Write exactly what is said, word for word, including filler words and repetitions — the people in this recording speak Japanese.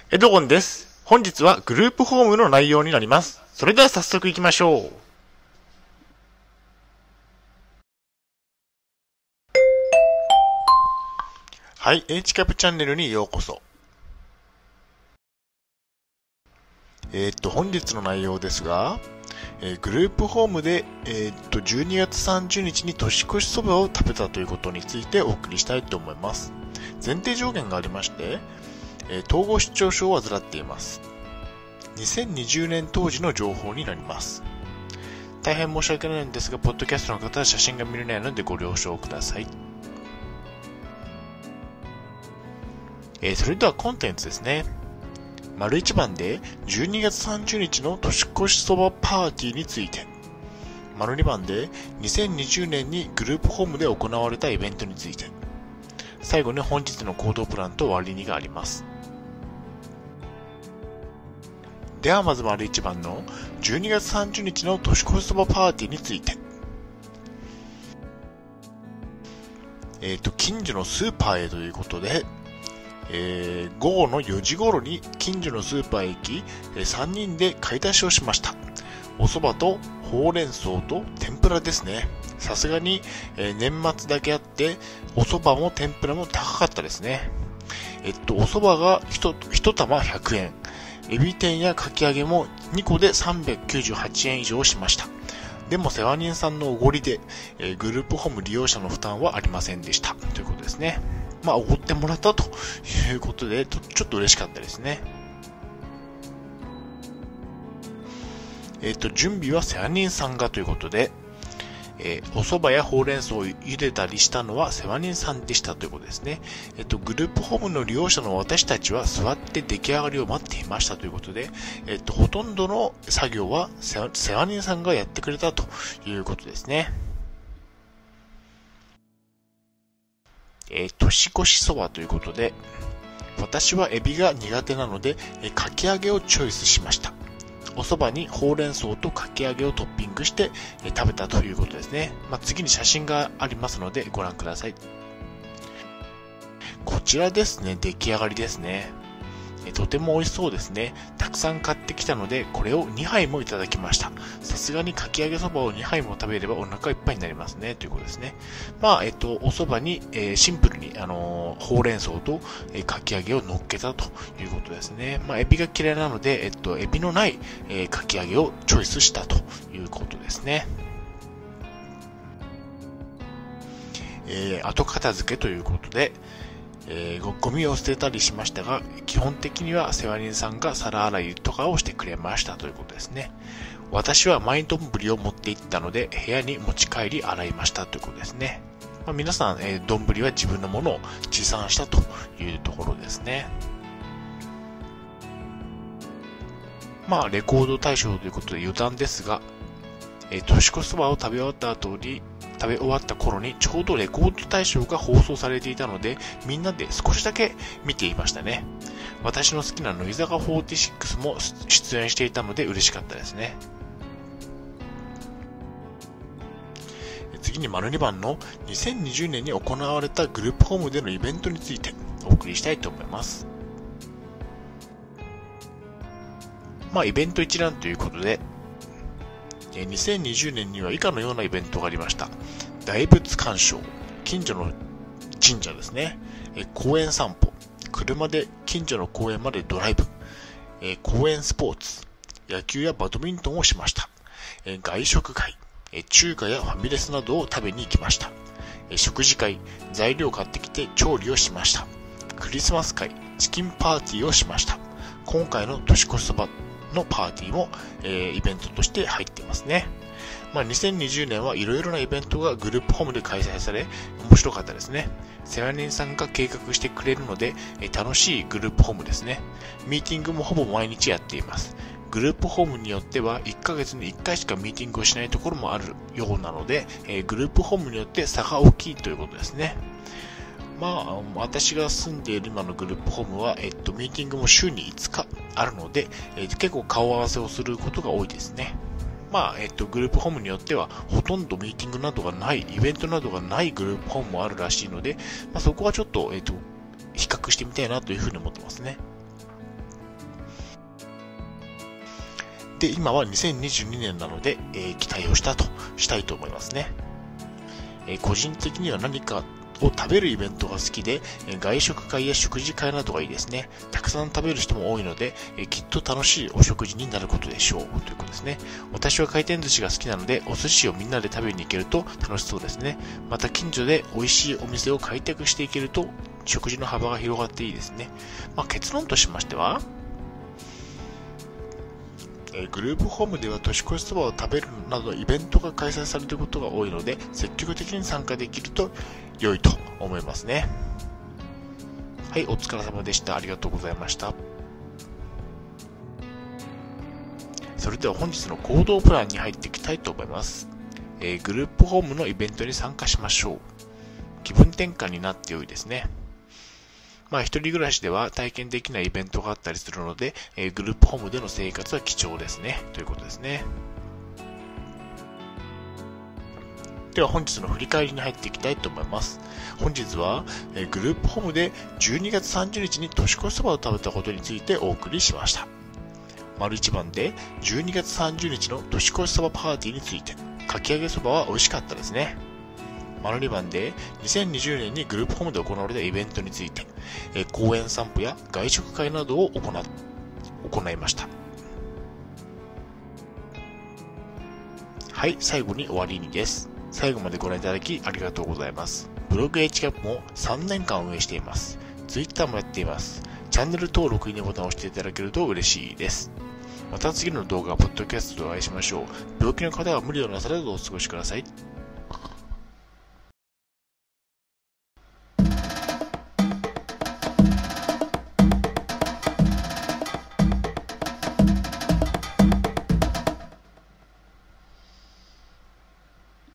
エドゴンです。本日はグループホームの内容になります。それでは早速行きましょう。はい、H キャプチャンネルにようこそ。えー、っと、本日の内容ですが、えー、グループホームで、えー、っと、じゅうにがつさんじゅうにちに年越しそばを食べたということについてお送りしたいと思います。前提条件がありまして、えー、統合失調症を患っています。にせんにじゅうねん当時の情報になります。大変申し訳ないんですが、ポッドキャストの方は写真が見れないのでご了承ください。えー、それではコンテンツですね。丸一番でじゅうにがつさんじゅうにちの年越しそばパーティーについて。丸にばんでにせんにじゅうねんにグループホームで行われたイベントについて。最後に本日の行動プランと割りにがあります。ではまず丸一番のじゅうにがつさんじゅうにちの年越しそばパーティーについて。えっと、近所のスーパーへということで、えー、午後のよじ頃に近所のスーパーへ行き、えー、さんにんで買い出しをしました。お蕎麦とほうれん草と天ぷらですね。さすがに、えー、年末だけあって、お蕎麦も天ぷらも高かったですね。えっと、お蕎麦が 1, たまひゃくえん。エビ天やかき揚げもにこでさんびゃくきゅうじゅうはちえん以上しました。でも世話人さんのおごりで、えー、グループホーム利用者の負担はありませんでした。ということですね。まあ、おごってもらったということで、ちょっと嬉しかったですね。えっと、準備は世話人さんがということで、えー、お蕎麦やほうれん草を茹でたりしたのは世話人さんでしたということですね。えっと、グループホームの利用者の私たちは座って出来上がりを待っていましたということで、えっと、ほとんどの作業は世話人さんがやってくれたということですね。えー、年越しそばということで、私はエビが苦手なので、えー、かき揚げをチョイスしました。お蕎麦にほうれん草とかき揚げをトッピングして、えー、食べたということですね。まあ、次に写真がありますのでご覧ください。こちらですね、出来上がりですね。えー、とても美味しそうですね。たくさん買ってきたので、これをにはいもいただきました。さすがにかき揚げそばをにはいも食べればお腹いっぱいになりますね、ということですね。まあ、えっと、お蕎麦に、えー、シンプルに、あのー、ほうれん草と、えー、かき揚げを乗っけたということですね。まあ、エビが嫌いなので、えっと、エビのない、えー、かき揚げをチョイスしたということですね。えー、後片付けということで、えー、ゴミを捨てたりしましたが、基本的には世話人さんが皿洗いとかをしてくれましたということですね。私はマイ丼を持って行ったので、部屋に持ち帰り洗いましたということですね。まあ、皆さん、えー、丼は自分のものを持参したというところですね。まあ、レコード大賞ということで余談ですが、えー、年越しそばを食べ終わった後に、食べ終わった頃にちょうどレコード大賞が放送されていたので、みんなで少しだけ見ていましたね。私の好きな乃木坂フォーティシックスも出演していたので嬉しかったですね。次に丸にばんのにせんにじゅうねんに行われたグループホームでのイベントについてお送りしたいと思います。まあイベント一覧ということで、にせんにじゅうねんには以下のようなイベントがありました。大仏鑑賞、近所の神社ですね、公園散歩、車で近所の公園までドライブ、公園スポーツ、野球やバドミントンをしました。外食会、中華やファミレスなどを食べに行きました。食事会、材料を買ってきて調理をしました。クリスマス会、チキンパーティーをしました。今回の年越しそばのパーティーも、えー、イベントとして入っていますね。まあ、にせんにじゅうねんはいろいろなイベントがグループホームで開催され、面白かったですね。世話人さんが計画してくれるので、えー、楽しいグループホームですね。ミーティングもほぼ毎日やっています。グループホームによってはいっかげつにいっかいしかミーティングをしないところもあるようなので、えー、グループホームによって差が大きいということですね。まあ、私が住んでいる今のグループホームは、えっと、ミーティングも週にいつかあるので、えっと、結構顔合わせをすることが多いですね。まあ、えっと、グループホームによっては、ほとんどミーティングなどがない、イベントなどがないグループホームもあるらしいので、まあ、そこはちょっと、えっと、比較してみたいなというふうに思ってますね。 で、今はにせんにじゅうにねんなので、えー、期待をしたと、したいと思いますね。えー、個人的には何かを食べるイベントが好きで、えー、外食会や食事会などがいいですね。たくさん食べる人も多いので、えー、きっと楽しいお食事になることでしょう。ということですね。私は回転寿司が好きなので、お寿司をみんなで食べに行けると楽しそうですね。また近所で美味しいお店を開拓していけると、食事の幅が広がっていいですね。まあ、結論としましては、グループホームでは年越しそばを食べるなどイベントが開催されることが多いので、積極的に参加できると良いと思いますね。はい、お疲れ様でした。ありがとうございました。それでは本日の行動プランに入っていきたいと思います。えー、グループホームのイベントに参加しましょう。気分転換になって良いですね。まあ一人暮らしでは体験できないイベントがあったりするので、えー、グループホームでの生活は貴重ですね。ということですね。では本日の振り返りに入っていきたいと思います。本日は、えー、グループホームでじゅうにがつさんじゅうにちに年越しそばを食べたことについてお送りしました。丸一番でじゅうにがつさんじゅうにちの年越しそばパーティーについて、かき揚げそばは美味しかったですね。丸にばんでにせんにじゅうねんにグループホームで行われたイベントについて、えー、公園散歩や外食会などを行っ行いました。はい、最後に終わりにです。最後までご覧いただきありがとうございます。ブログ エイチキャップ もさんねんかん運営しています。Twitter もやっています。チャンネル登録、いいねボタンを押していただけると嬉しいです。また次の動画、ポッドキャストでお会いしましょう。病気の方は無理をなさらずお過ごしください。